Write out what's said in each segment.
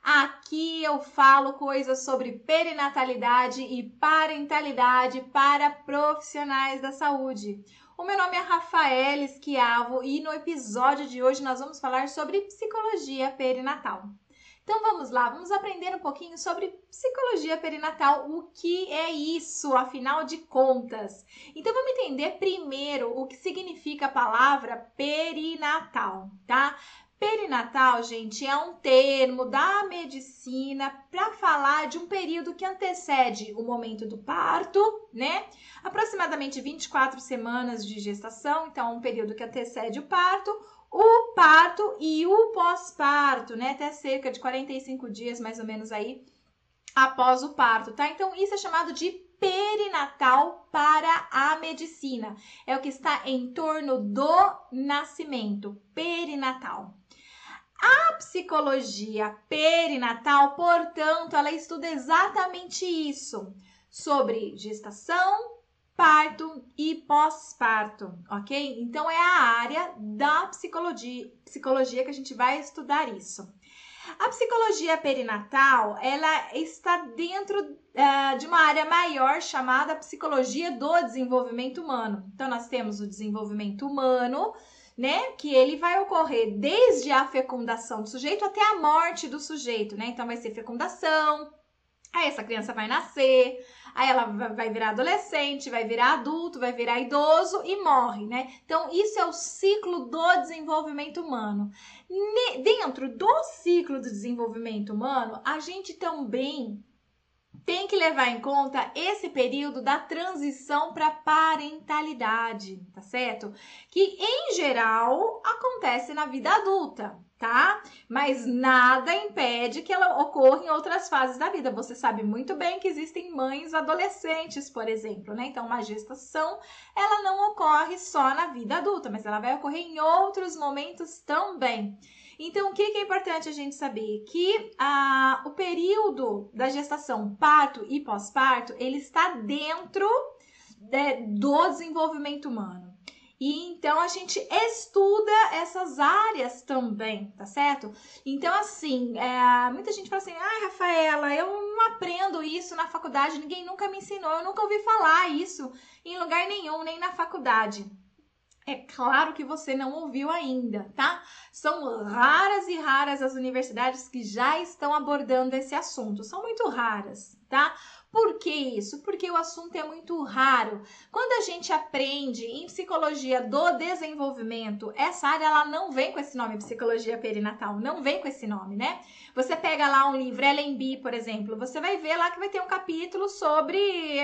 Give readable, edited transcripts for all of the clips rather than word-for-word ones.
Aqui eu falo coisas sobre perinatalidade e parentalidade para profissionais da saúde. O meu nome é Rafaela Schiavo e no episódio de hoje nós vamos falar sobre psicologia perinatal. Então vamos lá, vamos aprender um pouquinho sobre psicologia perinatal, o que é isso, afinal de contas. Então vamos entender primeiro o que significa a palavra perinatal, tá? Perinatal, gente, é um termo da medicina para falar de um período que antecede o momento do parto, né? Aproximadamente 24 semanas de gestação, então um período que antecede o parto e o pós-parto, né? Até cerca de 45 dias, mais ou menos aí, após o parto, tá? Então, isso é chamado de perinatal para a medicina. É o que está em torno do nascimento, perinatal. A psicologia perinatal, portanto, ela estuda exatamente isso, sobre gestação, parto e pós-parto, ok? Então, é a área da psicologia que a gente vai estudar isso. A psicologia perinatal, ela está dentro de uma área maior chamada psicologia do desenvolvimento humano. Então, nós temos o desenvolvimento humano, né, que ele vai ocorrer desde a fecundação do sujeito até a morte do sujeito, né? Então, vai ser fecundação, aí essa criança vai nascer, aí ela vai virar adolescente, vai virar adulto, vai virar idoso e morre, né? Então, isso é o ciclo do desenvolvimento humano. Dentro do ciclo do desenvolvimento humano, a gente também tem que levar em conta esse período da transição para parentalidade, tá certo? Que, em geral, acontece na vida adulta, tá? Mas nada impede que ela ocorra em outras fases da vida. Você sabe muito bem que existem mães adolescentes, por exemplo, né? Então, uma gestação, ela não ocorre só na vida adulta, mas ela vai ocorrer em outros momentos também. Então, o que é importante a gente saber? Que o período da gestação, parto e pós-parto, ele está dentro do desenvolvimento humano. E então a gente estuda essas áreas também, tá certo? Então, assim, muita gente fala assim: ai, Rafaela, eu não aprendo isso na faculdade, ninguém nunca me ensinou, eu nunca ouvi falar isso em lugar nenhum, nem na faculdade. É claro que você não ouviu ainda, tá? São raras e raras as universidades que já estão abordando esse assunto. São muito raras, tá? Por que isso? Porque o assunto é muito raro. Quando a gente aprende em psicologia do desenvolvimento, essa área ela não vem com esse nome, psicologia perinatal, não vem com esse nome, né? Você pega lá um livro, Ellen, por exemplo, você vai ver lá que vai ter um capítulo sobre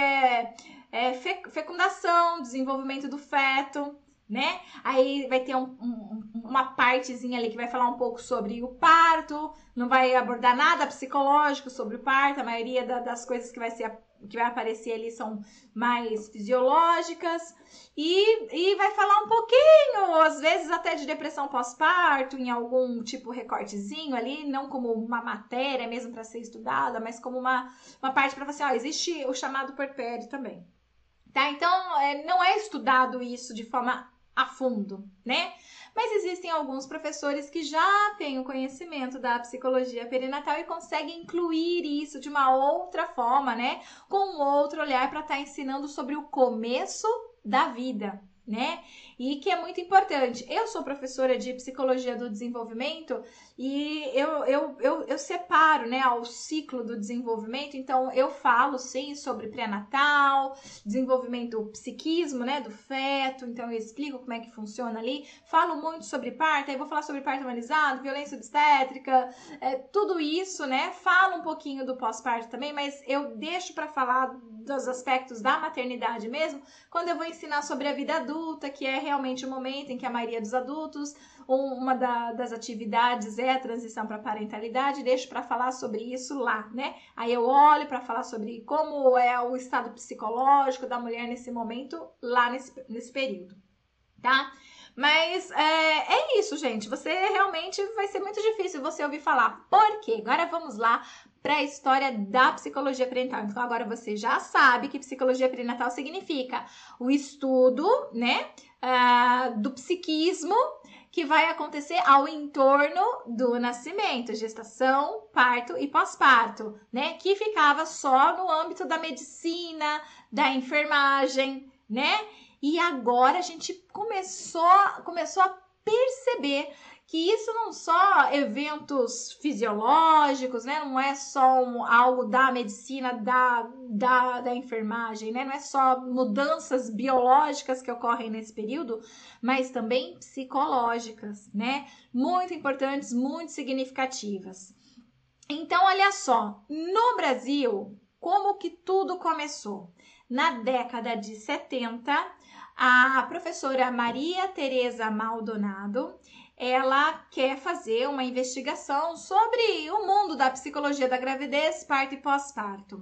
fecundação, desenvolvimento do feto, né? Aí vai ter uma partezinha ali que vai falar um pouco sobre o parto, não vai abordar nada psicológico sobre o parto, a maioria das coisas que vai aparecer ali são mais fisiológicas e vai falar um pouquinho, às vezes até de depressão pós-parto, em algum tipo recortezinho ali, não como uma matéria mesmo para ser estudada, mas como uma parte para você, existe o chamado puerpério também. Tá? Então, não é estudado isso de forma a fundo, né? Mas existem alguns professores que já têm o conhecimento da psicologia perinatal e conseguem incluir isso de uma outra forma, né? Com um outro olhar para estar ensinando sobre o começo da vida, né? E que é muito importante. Eu sou professora de psicologia do desenvolvimento e eu separo, né, o ciclo do desenvolvimento. Então, eu falo, sim, sobre pré-natal, desenvolvimento, psiquismo, né, do feto. Então, eu explico como é que funciona ali. Falo muito sobre parto, aí vou falar sobre parto humanizado, violência obstétrica, tudo isso, né? Falo um pouquinho do pós-parto também, mas eu deixo para falar dos aspectos da maternidade mesmo, quando eu vou ensinar sobre a vida adulta, que é realmente o momento em que a maioria dos adultos, uma das atividades é a transição para a parentalidade, deixo para falar sobre isso lá, né? Aí eu olho para falar sobre como é o estado psicológico da mulher nesse momento, lá nesse período, tá? Mas é isso, gente. Você realmente vai ser muito difícil você ouvir falar. Por quê? Agora vamos lá para a história da psicologia perinatal. Então, agora você já sabe que psicologia perinatal significa o estudo, né, do psiquismo que vai acontecer ao entorno do nascimento, gestação, parto e pós-parto, né? Que ficava só no âmbito da medicina, da enfermagem, né? E agora a gente começou a perceber que isso não só eventos fisiológicos, né? Não é só algo da medicina, da enfermagem, né? Não é só mudanças biológicas que ocorrem nesse período, mas também psicológicas, né? Muito importantes, muito significativas. Então, olha só, no Brasil, como que tudo começou? Na década de 70, a professora Maria Tereza Maldonado, ela quer fazer uma investigação sobre o mundo da psicologia da gravidez, parto e pós-parto.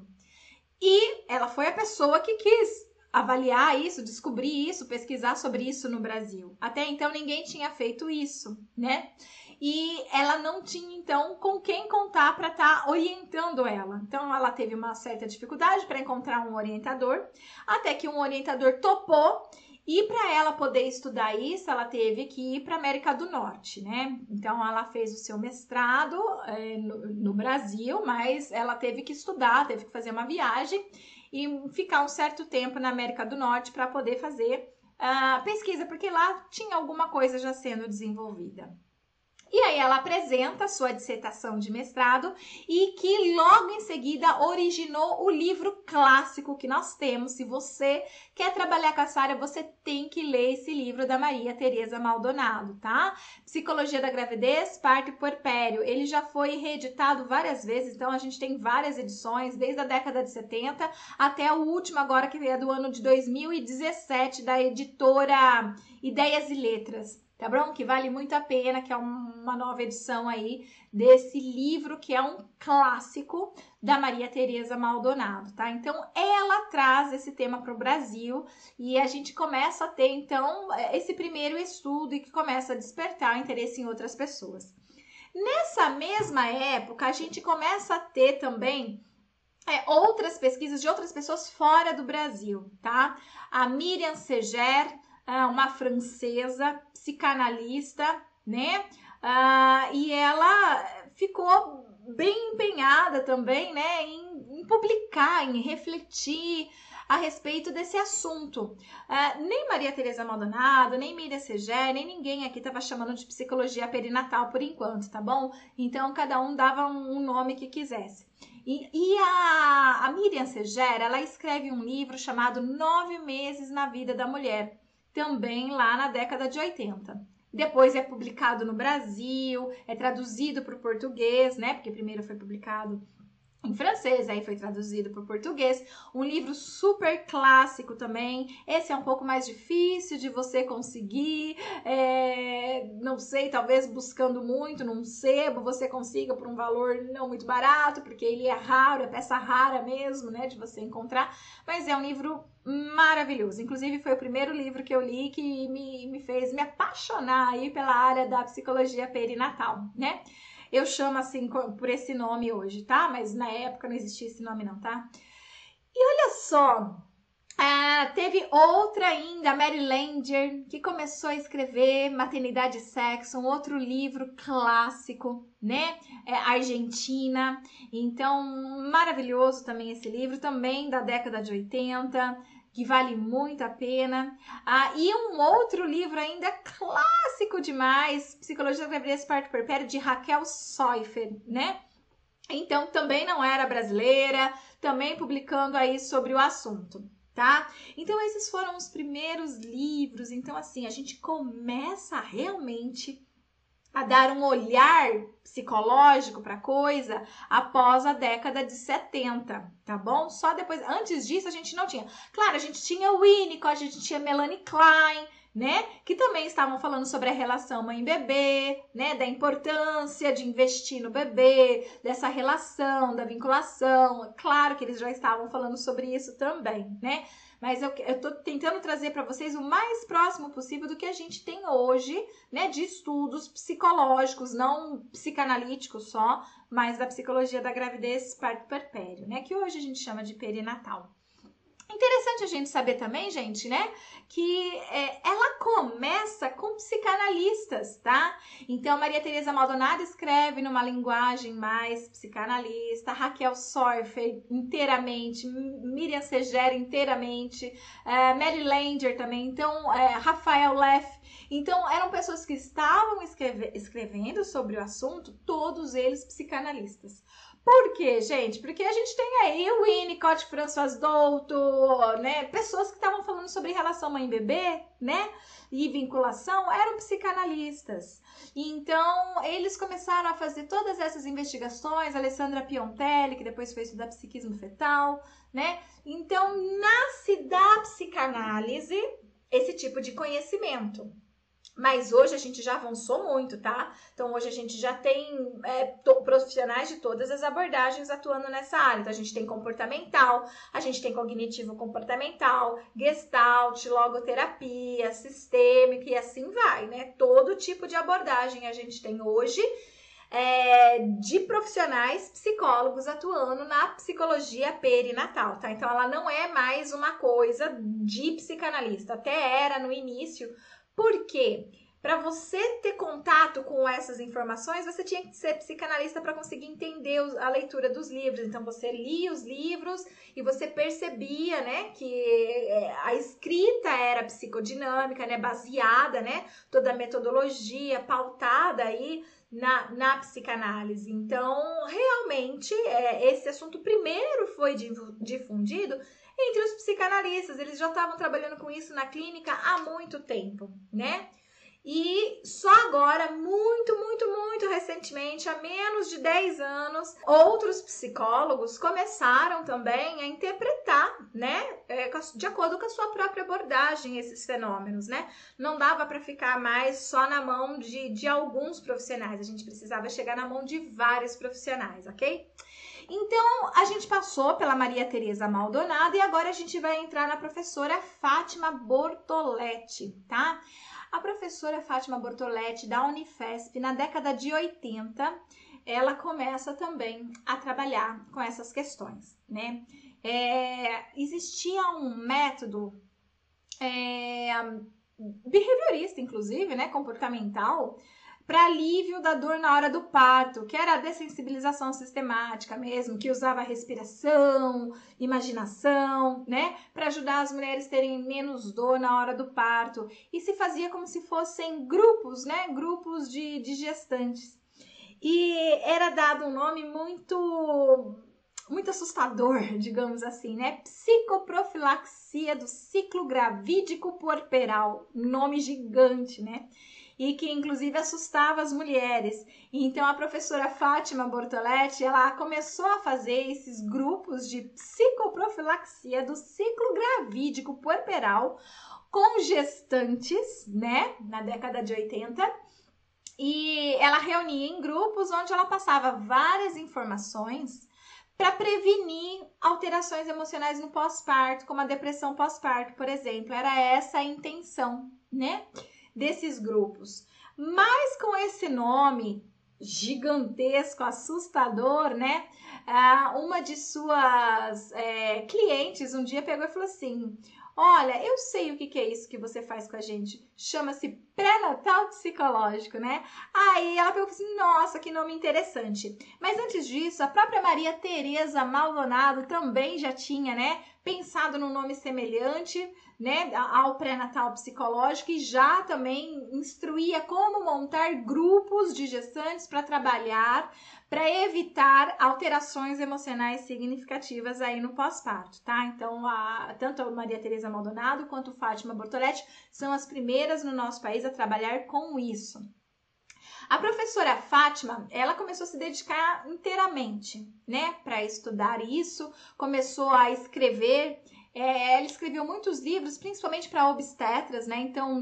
E ela foi a pessoa que quis avaliar isso, descobrir isso, pesquisar sobre isso no Brasil. Até então ninguém tinha feito isso, né? E ela não tinha, então, com quem contar para estar orientando ela. Então, ela teve uma certa dificuldade para encontrar um orientador, até que um orientador topou. E para ela poder estudar isso, ela teve que ir para a América do Norte, né? Então, ela fez o seu mestrado no Brasil, mas ela teve que estudar, teve que fazer uma viagem e ficar um certo tempo na América do Norte para poder fazer pesquisa, porque lá tinha alguma coisa já sendo desenvolvida. E aí ela apresenta a sua dissertação de mestrado e que logo em seguida originou o livro clássico que nós temos. Se você quer trabalhar com essa área, você tem que ler esse livro da Maria Tereza Maldonado, tá? Psicologia da Gravidez, Parto e Puerpério. Ele já foi reeditado várias vezes, então a gente tem várias edições, desde a década de 70 até o último agora, que é do ano de 2017, da editora Ideias e Letras. Tá bom? Que vale muito a pena, que é uma nova edição aí desse livro, que é um clássico da Maria Tereza Maldonado, tá? Então, ela traz esse tema para o Brasil e a gente começa a ter, então, esse primeiro estudo e que começa a despertar interesse em outras pessoas. Nessa mesma época, a gente começa a ter também outras pesquisas de outras pessoas fora do Brasil, tá? A Miriam Seger, uma francesa, psicanalista, né? E ela ficou bem empenhada também, né, em publicar, em refletir a respeito desse assunto. Nem Maria Tereza Maldonado, nem Miriam Seger, nem ninguém aqui estava chamando de psicologia perinatal por enquanto, tá bom? Então, cada um dava um nome que quisesse. E a Miriam Seger, ela escreve um livro chamado 9 Meses na Vida da Mulher, também lá na década de 80. Depois é publicado no Brasil, é traduzido para o português, né? Porque primeiro foi publicado em francês, aí foi traduzido para o português. Um livro super clássico também. Esse é um pouco mais difícil de você conseguir. Não sei, talvez buscando muito num sebo você consiga por um valor não muito barato, porque ele é raro, é peça rara mesmo, né? De você encontrar. Mas é um livro maravilhoso. Inclusive, foi o primeiro livro que eu li que me fez me apaixonar aí pela área da psicologia perinatal, né? Eu chamo assim por esse nome hoje, tá? Mas na época não existia esse nome não, tá? E olha só, teve outra ainda, a Mary Langer, que começou a escrever Maternidade e Sexo, um outro livro clássico, né? Argentina. Então, maravilhoso também esse livro, também da década de 80, que vale muito a pena. E um outro livro ainda clássico demais, Psicologia da Gravidez, Parto e Puerpério, de Raquel Soifer, né? Então, também não era brasileira, também publicando aí sobre o assunto, tá? Então, esses foram os primeiros livros. Então, assim, a gente começa realmente a dar um olhar psicológico para a coisa após a década de 70, tá bom? Só depois, antes disso a gente não tinha. Claro, a gente tinha o Winnicott, a gente tinha Melanie Klein, né? Que também estavam falando sobre a relação mãe-bebê, né? Da importância de investir no bebê, dessa relação, da vinculação. Claro que eles já estavam falando sobre isso também, né? Mas eu tô tentando trazer para vocês o mais próximo possível do que a gente tem hoje, né, de estudos psicológicos, não psicanalíticos só, mas da psicologia da gravidez, parto e puerpério, né, que hoje a gente chama de perinatal. Interessante a gente saber também, gente, né, que ela começa com psicanalistas, tá? Então, Maria Teresa Maldonado escreve numa linguagem mais psicanalista, Raquel Sorfer inteiramente, Miriam Segera inteiramente, Mary Langer também, então, Rafael Leff. Então, eram pessoas que estavam escrevendo sobre o assunto, todos eles psicanalistas. Por quê, gente? Porque a gente tem aí o Winnicott, François Douto, né? Pessoas que estavam falando sobre relação mãe-bebê, né? E vinculação, eram psicanalistas. Então, eles começaram a fazer todas essas investigações, Alessandra Piontelli, que depois foi estudar psiquismo fetal, né? Então, nasce da psicanálise esse tipo de conhecimento. Mas hoje a gente já avançou muito, tá? Então hoje a gente já tem profissionais de todas as abordagens atuando nessa área. Então a gente tem comportamental, a gente tem cognitivo-comportamental, gestalt, logoterapia, sistêmica e assim vai, né? Todo tipo de abordagem a gente tem hoje de profissionais psicólogos atuando na psicologia perinatal, tá? Então ela não é mais uma coisa de psicanalista, até era no início. Por quê? Para você ter contato com essas informações, você tinha que ser psicanalista para conseguir entender a leitura dos livros. Então, você lia os livros e você percebia, né, que a escrita era psicodinâmica, né, baseada, né, toda a metodologia pautada aí na psicanálise. Então, realmente, esse assunto primeiro foi difundido entre os psicanalistas. Eles já estavam trabalhando com isso na clínica há muito tempo, né? E só agora, muito recentemente, há menos de 10 anos, outros psicólogos começaram também a interpretar, né, de acordo com a sua própria abordagem, esses fenômenos, né? Não dava para ficar mais só na mão de alguns profissionais, a gente precisava chegar na mão de vários profissionais, ok? Então, a gente passou pela Maria Teresa Maldonado e agora a gente vai entrar na professora Fátima Bortoletti, tá? A professora Fátima Bortoletti, da Unifesp, na década de 80, ela começa também a trabalhar com essas questões, né? Existia um método behaviorista, inclusive, né, comportamental, para alívio da dor na hora do parto, que era a dessensibilização sistemática mesmo, que usava respiração, imaginação, né, para ajudar as mulheres a terem menos dor na hora do parto. E se fazia como se fossem grupos, né, grupos de gestantes. E era dado um nome muito assustador, digamos assim, né? Psicoprofilaxia do ciclo gravídico puerperal, nome gigante, né? E que inclusive assustava as mulheres. Então a professora Fátima Bortoletti, ela começou a fazer esses grupos de psicoprofilaxia do ciclo gravídico puerperal com gestantes, né, na década de 80. E ela reunia em grupos onde ela passava várias informações para prevenir alterações emocionais no pós-parto, como a depressão pós-parto, por exemplo. Era essa a intenção, né, desses grupos. Mas com esse nome gigantesco, assustador, né, uma de suas clientes um dia pegou e falou assim: olha, eu sei o que é isso que você faz com a gente. Chama-se pré-natal psicológico, né? Aí ela pegou e falou assim: nossa, que nome interessante. Mas antes disso, a própria Maria Teresa Maldonado também já tinha, né, pensado num nome semelhante, né, ao pré-natal psicológico, e já também instruía como montar grupos de gestantes para trabalhar, para evitar alterações emocionais significativas aí no pós-parto, tá? Então, tanto a Maria Teresa Maldonado quanto Fátima Bortoletti são as primeiras no nosso país a trabalhar com isso. A professora Fátima, ela começou a se dedicar inteiramente, né, para estudar isso, começou a escrever. Ela escreveu muitos livros, principalmente para obstetras, né? Então,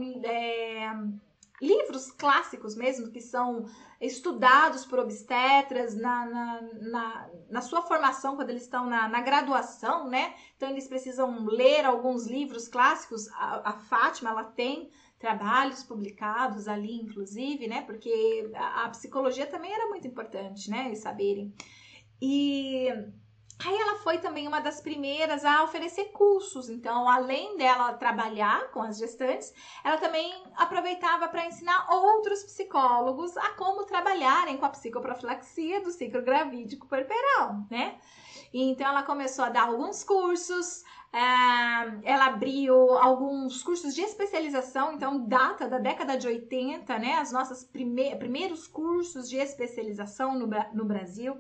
livros clássicos mesmo, que são estudados por obstetras na sua formação, quando eles estão na graduação, né? Então, eles precisam ler alguns livros clássicos. A Fátima, ela tem trabalhos publicados ali, inclusive, né? Porque a psicologia também era muito importante, né? Eles saberem. E Aí ela foi também uma das primeiras a oferecer cursos, então além dela trabalhar com as gestantes, ela também aproveitava para ensinar outros psicólogos a como trabalharem com a psicoprofilaxia do ciclo gravídico puerperal, né? Então ela começou a dar alguns cursos, ela abriu alguns cursos de especialização, então data da década de 80, né? Os nossos primeiros cursos de especialização no Brasil.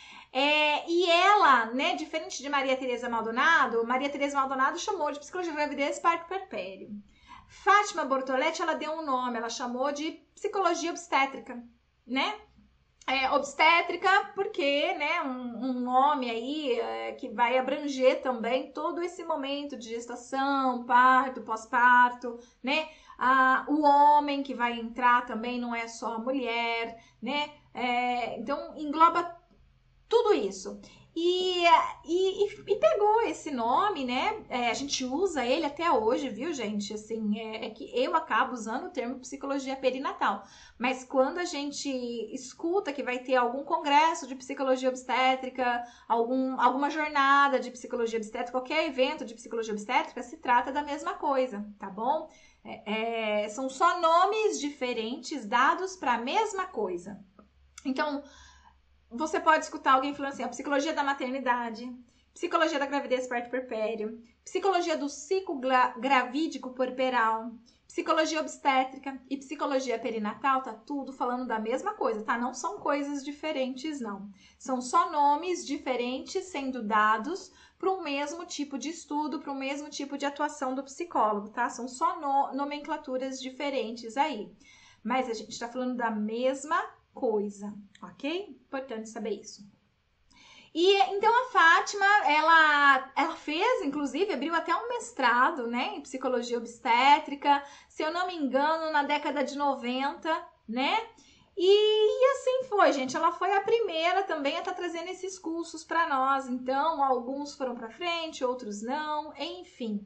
E ela, né, diferente de Maria Tereza Maldonado chamou de psicologia de gravidez parto puerpério. Fátima Bortoletti, ela deu um nome, ela chamou de psicologia obstétrica, né? Obstétrica porque, né, um nome aí que vai abranger também todo esse momento de gestação, parto, pós-parto, né? O homem que vai entrar também não é só a mulher, né? Então engloba tudo isso. E pegou esse nome, né? A gente usa ele até hoje, viu, gente? Assim, que eu acabo usando o termo psicologia perinatal. Mas quando a gente escuta que vai ter algum congresso de psicologia obstétrica, alguma jornada de psicologia obstétrica, qualquer evento de psicologia obstétrica, se trata da mesma coisa, tá bom? São só nomes diferentes dados para a mesma coisa. Então, você pode escutar alguém falando assim, a psicologia da maternidade, psicologia da gravidez parto puerpério, psicologia do ciclo gravídico puerperal, psicologia obstétrica e psicologia perinatal, tá tudo falando da mesma coisa, tá? Não são coisas diferentes, não. São só nomes diferentes sendo dados para o mesmo tipo de estudo, para o mesmo tipo de atuação do psicólogo, tá? São só nomenclaturas diferentes aí. Mas a gente está falando da mesma coisa, ok? Importante saber isso. E então a Fátima, ela fez, inclusive, abriu até um mestrado, né, em psicologia obstétrica, se eu não me engano, na década de 90, né? E assim foi, gente. Ela foi a primeira também a estar trazendo esses cursos para nós. Então, alguns foram para frente, outros não, enfim.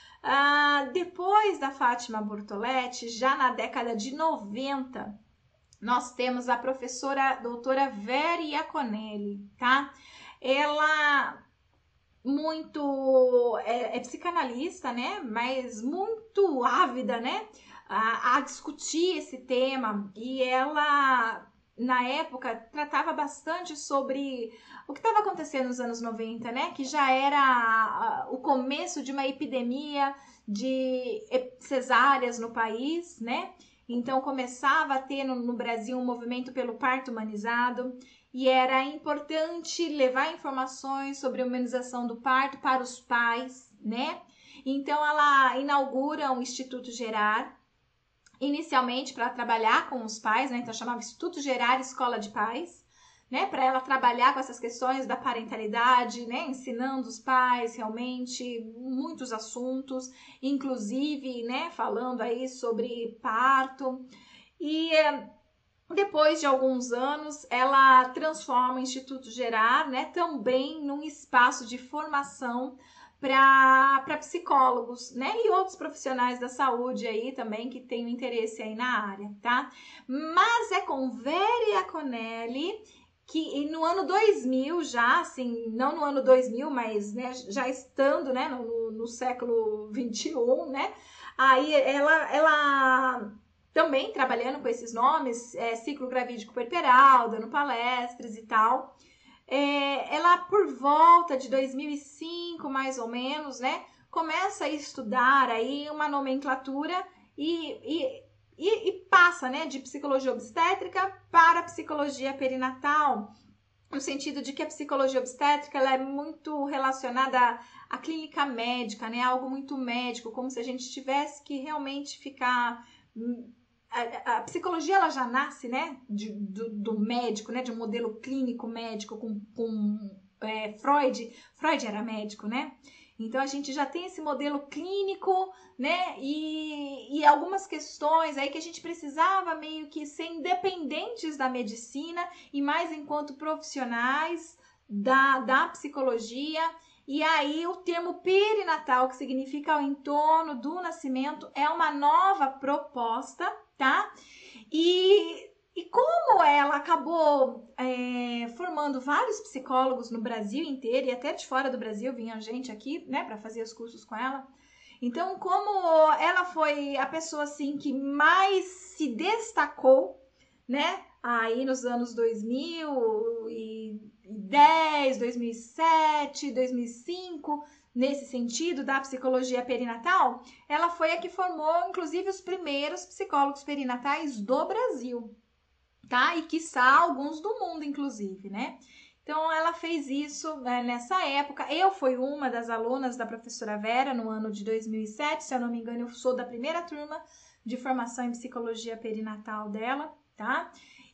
Depois da Fátima Bortoletti, já na década de 90, nós temos a professora doutora Vera Iaconelli, tá? Ela muito é psicanalista, né? Mas muito ávida, né? A discutir esse tema. E ela, na época, tratava bastante sobre o que estava acontecendo nos anos 90, né? Que já era o começo de uma epidemia de cesáreas no país, né? Então começava a ter no Brasil um movimento pelo parto humanizado e era importante levar informações sobre a humanização do parto para os pais, né? Então ela inaugura o Instituto Gerar, inicialmente para trabalhar com os pais, né? Então chamava Instituto Gerar Escola de Pais, né? Para ela trabalhar com essas questões da parentalidade, né? Ensinando os pais realmente muitos assuntos, inclusive, né? Falando aí sobre parto. E depois de alguns anos, ela transforma o Instituto Gerar, né? Também num espaço de formação para psicólogos, né? E outros profissionais da saúde aí também que tenham interesse aí na área, tá? Mas é com Vera Iaconelli que no ano 2000 já, assim, não no ano 2000, mas né, já estando, né, no século 21, né, aí ela também trabalhando com esses nomes, ciclo gravídico puerperal, dando palestras e tal, ela por volta de 2005, mais ou menos, né, começa a estudar aí uma nomenclatura e passa, né, de psicologia obstétrica para psicologia perinatal, no sentido de que a psicologia obstétrica ela é muito relacionada à clínica médica, né, algo muito médico, como se a gente tivesse que realmente ficar... A psicologia ela já nasce, né, do médico, né, de um modelo clínico médico com Freud. Freud era médico, né? Então a gente já tem esse modelo clínico, né? E algumas questões aí que a gente precisava meio que ser independentes da medicina e mais enquanto profissionais da psicologia. E aí o termo perinatal, que significa o entorno do nascimento, é uma nova proposta, tá? E E como ela acabou formando vários psicólogos no Brasil inteiro e até de fora do Brasil vinha gente aqui, né, para fazer os cursos com ela. Então, como ela foi a pessoa assim que mais se destacou, né, aí nos anos 2010, 2007, 2005, nesse sentido da psicologia perinatal, ela foi a que formou, inclusive, os primeiros psicólogos perinatais do Brasil, tá? E quiçá alguns do mundo, inclusive, né? Então, ela fez isso nessa época. Eu fui uma das alunas da professora Vera no ano de 2007, se eu não me engano, eu sou da primeira turma de formação em psicologia perinatal dela, tá?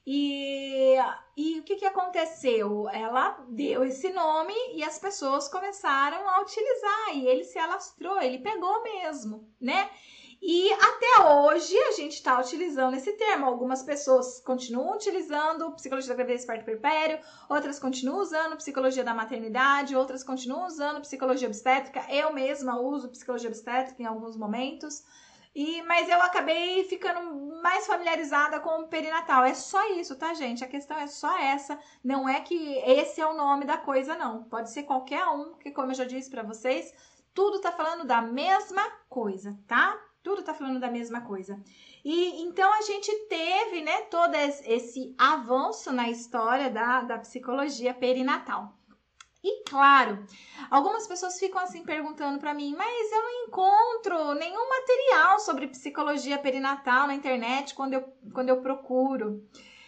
E o que aconteceu? Ela deu esse nome e as pessoas começaram a utilizar, e ele se alastrou, ele pegou mesmo, né? E até hoje a gente está utilizando esse termo. Algumas pessoas continuam utilizando psicologia da gravidez e parto puerpério, outras continuam usando psicologia da maternidade, outras continuam usando psicologia obstétrica. Eu mesma uso psicologia obstétrica em alguns momentos. Mas eu acabei ficando mais familiarizada com o perinatal. É só isso, tá, gente? A questão é só essa. Não é que esse é o nome da coisa, não. Pode ser qualquer um, porque como eu já disse para vocês, tudo tá falando da mesma coisa, tá? Tudo tá falando da mesma coisa. E então a gente teve, né, todo esse avanço na história da psicologia perinatal. E claro, algumas pessoas ficam assim perguntando para mim, mas eu não encontro nenhum material sobre psicologia perinatal na internet quando eu procuro.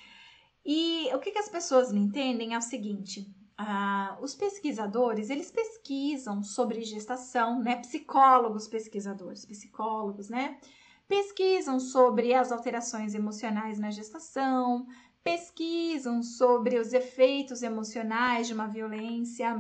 E o que as pessoas não entendem é o seguinte, os pesquisadores, eles pesquisam sobre gestação, né? Psicólogos, né? Pesquisam sobre as alterações emocionais na gestação, pesquisam sobre os efeitos emocionais de uma violência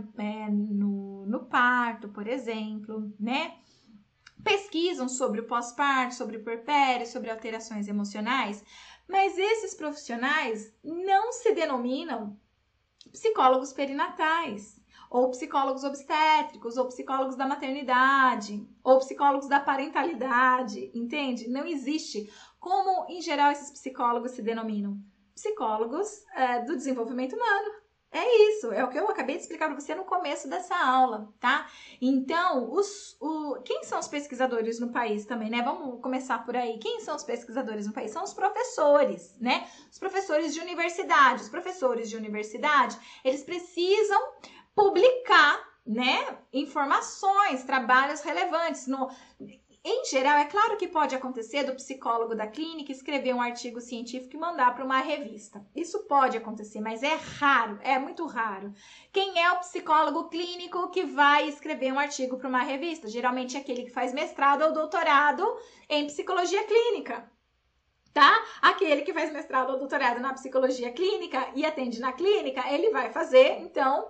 no parto, por exemplo, né? Pesquisam sobre o pós-parto, sobre o puerpério, sobre alterações emocionais, mas esses profissionais não se denominam psicólogos perinatais, ou psicólogos obstétricos, ou psicólogos da maternidade, ou psicólogos da parentalidade, entende? Não existe. Como, em geral, esses psicólogos se denominam? Psicólogos do desenvolvimento humano. É isso, é o que eu acabei de explicar para você no começo dessa aula, tá? Então, quem são os pesquisadores no país também, né? Vamos começar por aí. Quem são os pesquisadores no país? São os professores, né? Os professores de universidade. Os professores de universidade, eles precisam publicar, né, informações, trabalhos relevantes. Em geral, é claro que pode acontecer do psicólogo da clínica escrever um artigo científico e mandar para uma revista. Isso pode acontecer, mas é raro, é muito raro. Quem é o psicólogo clínico que vai escrever um artigo para uma revista? Geralmente é aquele que faz mestrado ou doutorado em psicologia clínica, tá? Aquele que faz mestrado ou doutorado na psicologia clínica e atende na clínica, ele vai fazer, então,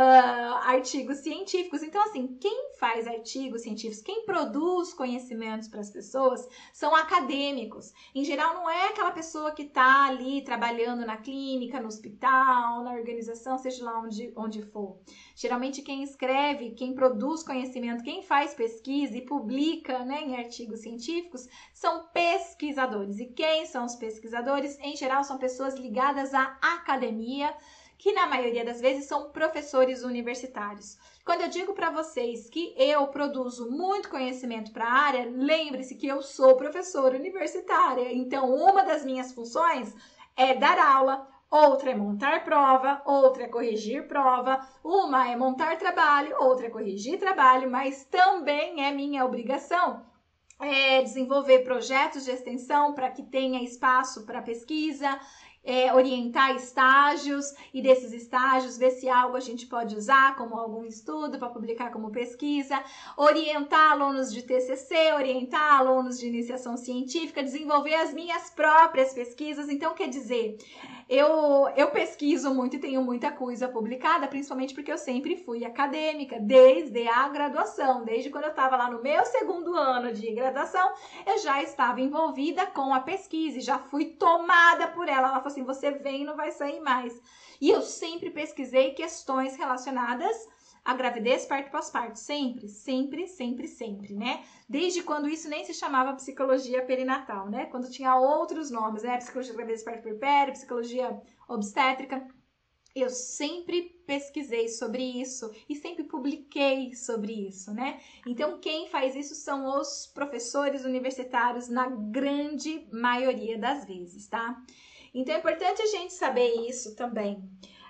artigos científicos. Então, assim, quem faz artigos científicos, quem produz conhecimentos para as pessoas, são acadêmicos. Em geral, não é aquela pessoa que está ali trabalhando na clínica, no hospital, na organização, seja lá onde for. Geralmente, quem escreve, quem produz conhecimento, quem faz pesquisa e publica, né, em artigos científicos, são pesquisadores. E quem são os pesquisadores? Em geral, são pessoas ligadas à academia, que na maioria das vezes são professores universitários. Quando eu digo para vocês que eu produzo muito conhecimento para a área, lembre-se que eu sou professora universitária. Então, uma das minhas funções é dar aula, outra é montar prova, outra é corrigir prova, uma é montar trabalho, outra é corrigir trabalho, mas também é minha obrigação desenvolver projetos de extensão para que tenha espaço para pesquisa, orientar estágios e desses estágios ver se algo a gente pode usar como algum estudo para publicar como pesquisa, orientar alunos de TCC, orientar alunos de iniciação científica, desenvolver as minhas próprias pesquisas. Então, quer dizer, eu pesquiso muito e tenho muita coisa publicada, principalmente porque eu sempre fui acadêmica, desde a graduação, desde quando eu estava lá no meu segundo ano de graduação, eu já estava envolvida com a pesquisa e já fui tomada por ela. Ela falou assim, você vem e não vai sair mais. E eu sempre pesquisei questões relacionadas a gravidez, parto e pós-parto. Sempre, sempre, sempre, sempre, né? Desde quando isso nem se chamava psicologia perinatal, né? Quando tinha outros nomes, né? Psicologia da gravidez, parto e puerpério, psicologia obstétrica. Eu sempre pesquisei sobre isso e sempre publiquei sobre isso, né? Então, quem faz isso são os professores universitários na grande maioria das vezes, tá? Então, é importante a gente saber isso também.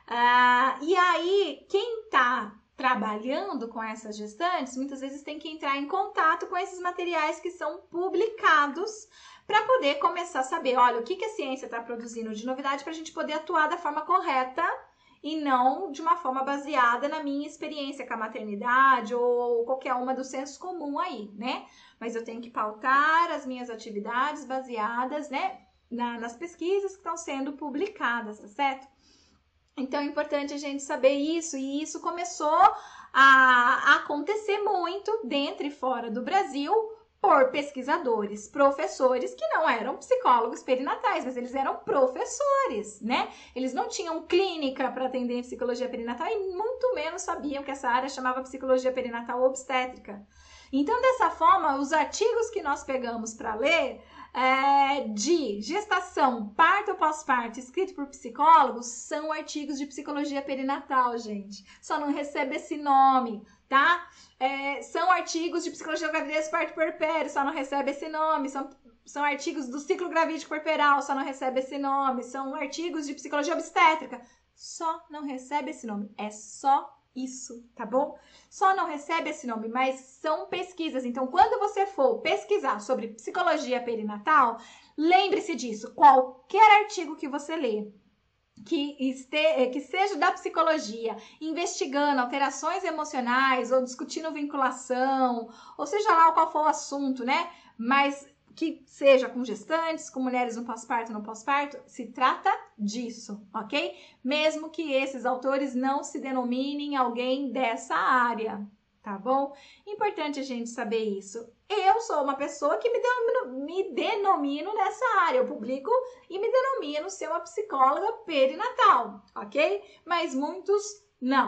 E aí, quem tá trabalhando com essas gestantes, muitas vezes tem que entrar em contato com esses materiais que são publicados para poder começar a saber, olha, o que a ciência está produzindo de novidade para a gente poder atuar da forma correta e não de uma forma baseada na minha experiência com a maternidade ou qualquer uma do senso comum aí, né? Mas eu tenho que pautar as minhas atividades baseadas, né, nas pesquisas que estão sendo publicadas, tá certo? Então é importante a gente saber isso, e isso começou a acontecer muito dentro e fora do Brasil por pesquisadores, professores que não eram psicólogos perinatais, mas eles eram professores, né? Eles não tinham clínica para atender em psicologia perinatal e muito menos sabiam que essa área chamava psicologia perinatal obstétrica. Então, dessa forma, os artigos que nós pegamos para ler de gestação, parto ou pós-parto, escrito por psicólogos, são artigos de psicologia perinatal, gente. Só não recebe esse nome, tá? São artigos de psicologia da gravidez, parto e puerpério, só não recebe esse nome. São artigos do ciclo gravídico puerperal, só não recebe esse nome. São artigos de psicologia obstétrica, só não recebe esse nome. É só isso, tá bom? Só não recebe esse nome, mas são pesquisas. Então, quando você for pesquisar sobre psicologia perinatal, lembre-se disso. Qualquer artigo que você lê, que seja da psicologia, investigando alterações emocionais ou discutindo vinculação, ou seja lá qual for o assunto, né? Mas que seja com gestantes, com mulheres no pós-parto, se trata disso, ok? Mesmo que esses autores não se denominem alguém dessa área, tá bom? Importante a gente saber isso. Eu sou uma pessoa que me denomino nessa área, eu publico e me denomino ser uma psicóloga perinatal, ok? Mas muitos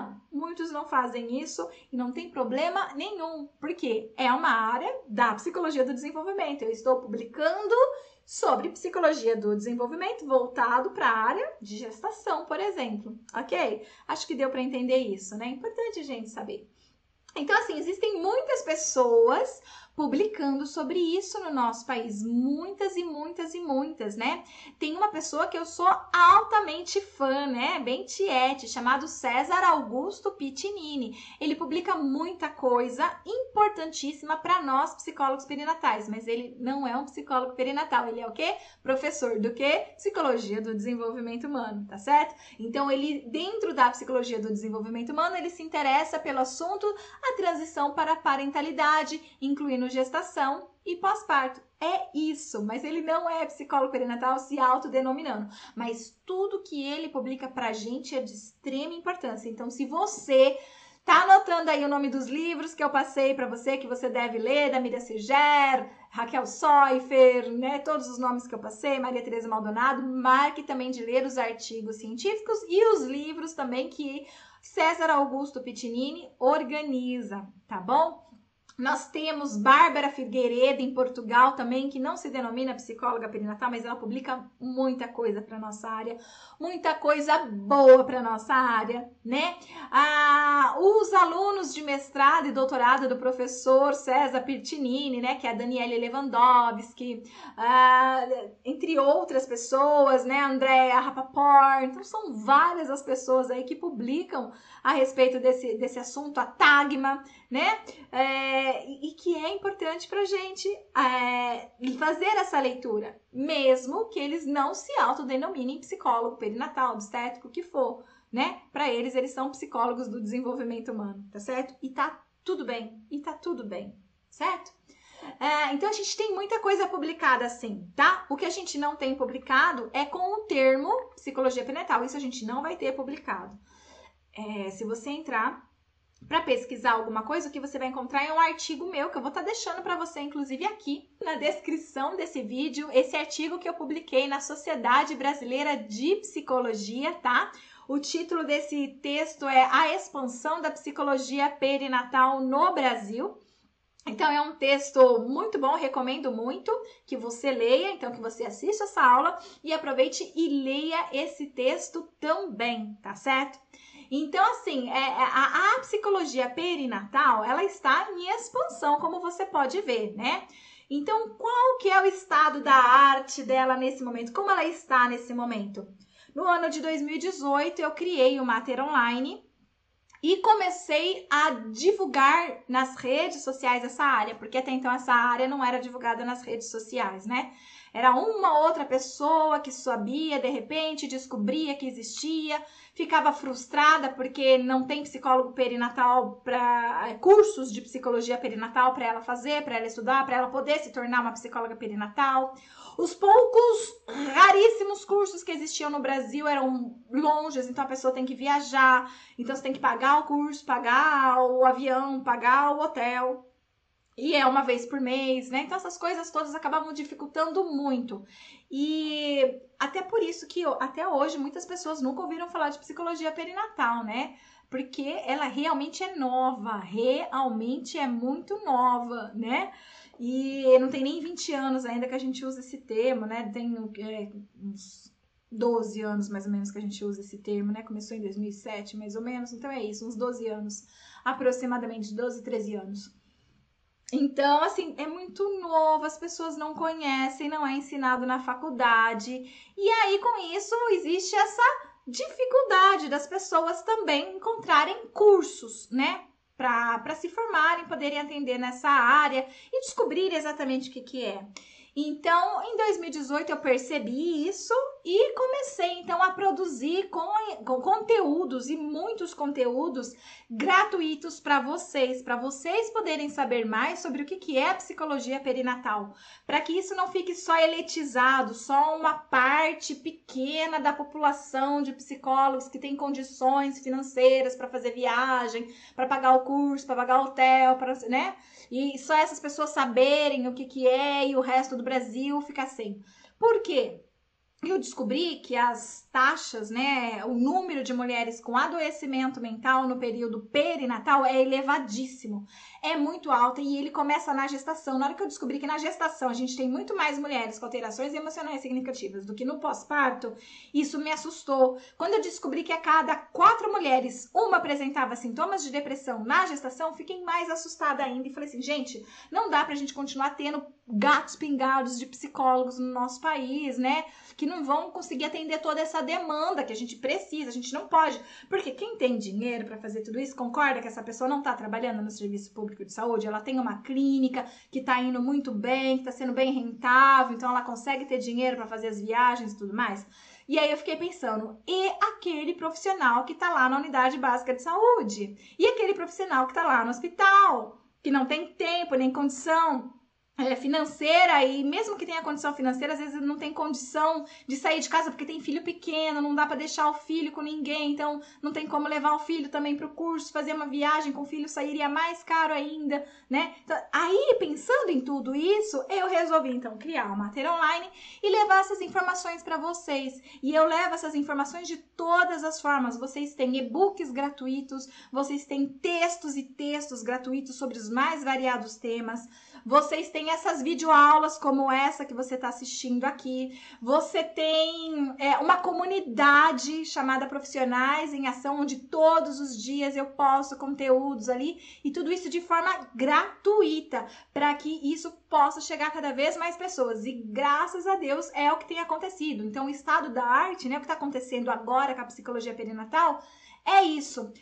não fazem isso e não tem problema nenhum, porque é uma área da psicologia do desenvolvimento. Eu estou publicando sobre psicologia do desenvolvimento voltado para a área de gestação, por exemplo, ok? Acho que deu para entender isso, né? É importante a gente saber. Então, assim, existem muitas pessoas publicando sobre isso no nosso país, muitas e muitas e muitas, né? Tem uma pessoa que eu sou altamente fã, né? Bem tiete, chamado César Augusto Piccinini. Ele publica muita coisa importantíssima para nós psicólogos perinatais, mas ele não é um psicólogo perinatal, ele é o quê? Professor do quê? Psicologia do desenvolvimento humano, tá certo? Então, ele, dentro da psicologia do desenvolvimento humano, ele se interessa pelo assunto a transição para a parentalidade, incluindo gestação e pós-parto. É isso, mas ele não é psicólogo perinatal se autodenominando. Mas tudo que ele publica pra gente é de extrema importância. Então, se você tá anotando aí o nome dos livros que eu passei para você, que você deve ler, da Miriam Singer, Raquel Soifer, né? Todos os nomes que eu passei, Maria Tereza Maldonado, marque também de ler os artigos científicos e os livros também que César Augusto Piccinini organiza, tá bom? Nós temos Bárbara Figueiredo em Portugal também, que não se denomina psicóloga perinatal, mas ela publica muita coisa para nossa área, muita coisa boa para nossa área, né? Os alunos de mestrado e doutorado do professor César Piccinini, né? Que é a Daniele Lewandowski, entre outras pessoas, né? Andrea Rapaport. Então, são várias as pessoas aí que publicam a respeito desse assunto, a Tagma, né? E que é importante para a gente fazer essa leitura, mesmo que eles não se autodenominem psicólogo perinatal, obstétrico, o que for, né? Para eles são psicólogos do desenvolvimento humano, tá certo? E tá tudo bem, certo? Então, a gente tem muita coisa publicada assim, tá? O que a gente não tem publicado é com o termo psicologia perinatal, isso a gente não vai ter publicado. Se você entrar para pesquisar alguma coisa, o que você vai encontrar é um artigo meu, que eu vou estar deixando para você, inclusive, aqui na descrição desse vídeo, esse artigo que eu publiquei na Sociedade Brasileira de Psicologia, tá? O título desse texto é A Expansão da Psicologia Perinatal no Brasil. Então, é um texto muito bom, recomendo muito que você leia, então que você assista essa aula e aproveite e leia esse texto também, tá certo? Então, assim, a psicologia perinatal, ela está em expansão, como você pode ver, né? Então, qual que é o estado da arte dela nesse momento? Como ela está nesse momento? No ano de 2018, eu criei o Mater Online e comecei a divulgar nas redes sociais essa área, porque até então essa área não era divulgada nas redes sociais, né? Era uma outra pessoa que sabia, de repente, descobria que existia, ficava frustrada porque não tem psicólogo perinatal para cursos de psicologia perinatal para ela fazer, para ela estudar, para ela poder se tornar uma psicóloga perinatal. Os poucos, raríssimos cursos que existiam no Brasil eram longes, então a pessoa tem que viajar, então você tem que pagar o curso, pagar o avião, pagar o hotel. E é uma vez por mês, né? Então essas coisas todas acabavam dificultando muito. E até por isso que até hoje muitas pessoas nunca ouviram falar de psicologia perinatal, né? Porque ela realmente é nova, realmente é muito nova, né? E não tem nem 20 anos ainda que a gente usa esse termo, né? Tem uns 12 anos mais ou menos que a gente usa esse termo, né? Começou em 2007 mais ou menos, então é isso, uns 12 anos, aproximadamente 12, 13 anos. Então, assim, é muito novo, as pessoas não conhecem, não é ensinado na faculdade. E aí, com isso, existe essa dificuldade das pessoas também encontrarem cursos, né? Para se formarem, poderem atender nessa área e descobrir exatamente o que é. Então, em 2018 eu percebi isso e comecei então a produzir com conteúdos e muitos conteúdos gratuitos para vocês poderem saber mais sobre o que é a psicologia perinatal, para que isso não fique só elitizado, só uma parte pequena da população de psicólogos que tem condições financeiras para fazer viagem, para pagar o curso, para pagar o hotel, né? E só essas pessoas saberem o que é e o resto do Brasil ficar sem. Por quê? Eu descobri que as taxas, né, o número de mulheres com adoecimento mental no período perinatal é elevadíssimo, é muito alto e ele começa na gestação. Na hora que eu descobri que na gestação a gente tem muito mais mulheres com alterações emocionais significativas do que no pós-parto, isso me assustou. Quando eu descobri que a cada 4 mulheres, uma apresentava sintomas de depressão na gestação, fiquei mais assustada ainda e falei assim, gente, não dá pra gente continuar tendo gatos pingados de psicólogos no nosso país, né? Que não vão conseguir atender toda essa demanda que a gente precisa, a gente não pode. Porque quem tem dinheiro para fazer tudo isso, concorda que essa pessoa não está trabalhando no serviço público de saúde, ela tem uma clínica que está indo muito bem, que está sendo bem rentável, então ela consegue ter dinheiro para fazer as viagens e tudo mais. E aí eu fiquei pensando, e aquele profissional que está lá na unidade básica de saúde? E aquele profissional que está lá no hospital, que não tem tempo nem condição financeira, e mesmo que tenha condição financeira, às vezes não tem condição de sair de casa porque tem filho pequeno, não dá para deixar o filho com ninguém, então não tem como levar o filho também para o curso, fazer uma viagem com o filho sairia mais caro ainda, né? Então, aí, pensando em tudo isso, eu resolvi então criar uma Mater Online e levar essas informações para vocês. E eu levo essas informações de todas as formas. Vocês têm e-books gratuitos, vocês têm textos e textos gratuitos sobre os mais variados temas. Vocês têm essas videoaulas como essa que você está assistindo aqui. Você tem uma comunidade chamada Profissionais em Ação, onde todos os dias eu posto conteúdos ali e tudo isso de forma gratuita, para que isso possa chegar a cada vez mais pessoas. E graças a Deus é o que tem acontecido. Então, o estado da arte, né, o que está acontecendo agora com a psicologia perinatal, é isso.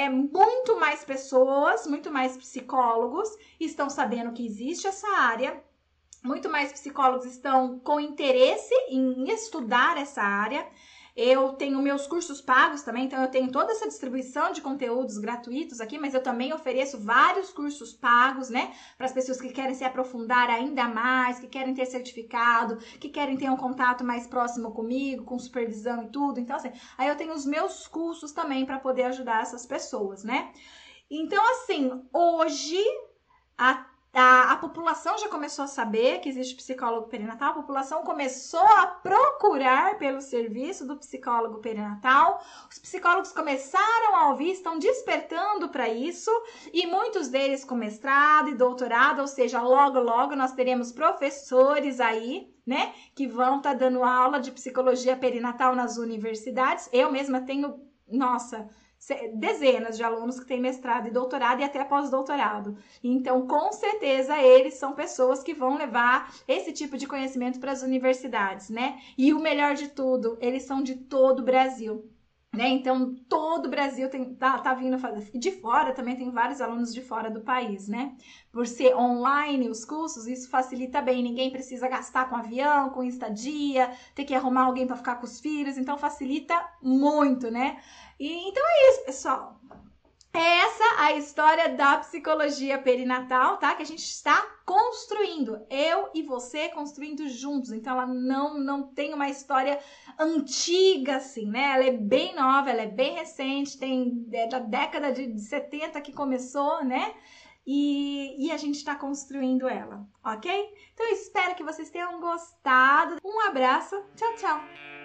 Muito mais pessoas, muito mais psicólogos estão sabendo que existe essa área, muito mais psicólogos estão com interesse em estudar essa área. Eu tenho meus cursos pagos também, então eu tenho toda essa distribuição de conteúdos gratuitos aqui, mas eu também ofereço vários cursos pagos, né? Para as pessoas que querem se aprofundar ainda mais, que querem ter certificado, que querem ter um contato mais próximo comigo, com supervisão e tudo. Então, assim, aí eu tenho os meus cursos também para poder ajudar essas pessoas, né? Então, assim, hoje a população já começou a saber que existe psicólogo perinatal, a população começou a procurar pelo serviço do psicólogo perinatal, os psicólogos começaram a ouvir, estão despertando para isso, e muitos deles com mestrado e doutorado, ou seja, logo, logo nós teremos professores aí, né, que vão estar dando aula de psicologia perinatal nas universidades. Eu mesma tenho, nossa, dezenas de alunos que têm mestrado e doutorado e até pós-doutorado. Então, com certeza, eles são pessoas que vão levar esse tipo de conhecimento para as universidades, né? E o melhor de tudo, eles são de todo o Brasil. Né? Então, todo o Brasil tá vindo fazer. De fora também tem vários alunos de fora do país, né? Por ser online os cursos, isso facilita bem. Ninguém precisa gastar com avião, com estadia, ter que arrumar alguém para ficar com os filhos. Então, facilita muito, né? E então é isso, pessoal. É essa a história da psicologia perinatal, tá? Que a gente está construindo, eu e você construindo juntos. Então ela não tem uma história antiga assim, né? Ela é bem nova, ela é bem recente, da década de 70 que começou, né? E a gente está construindo ela, ok? Então eu espero que vocês tenham gostado. Um abraço, tchau, tchau!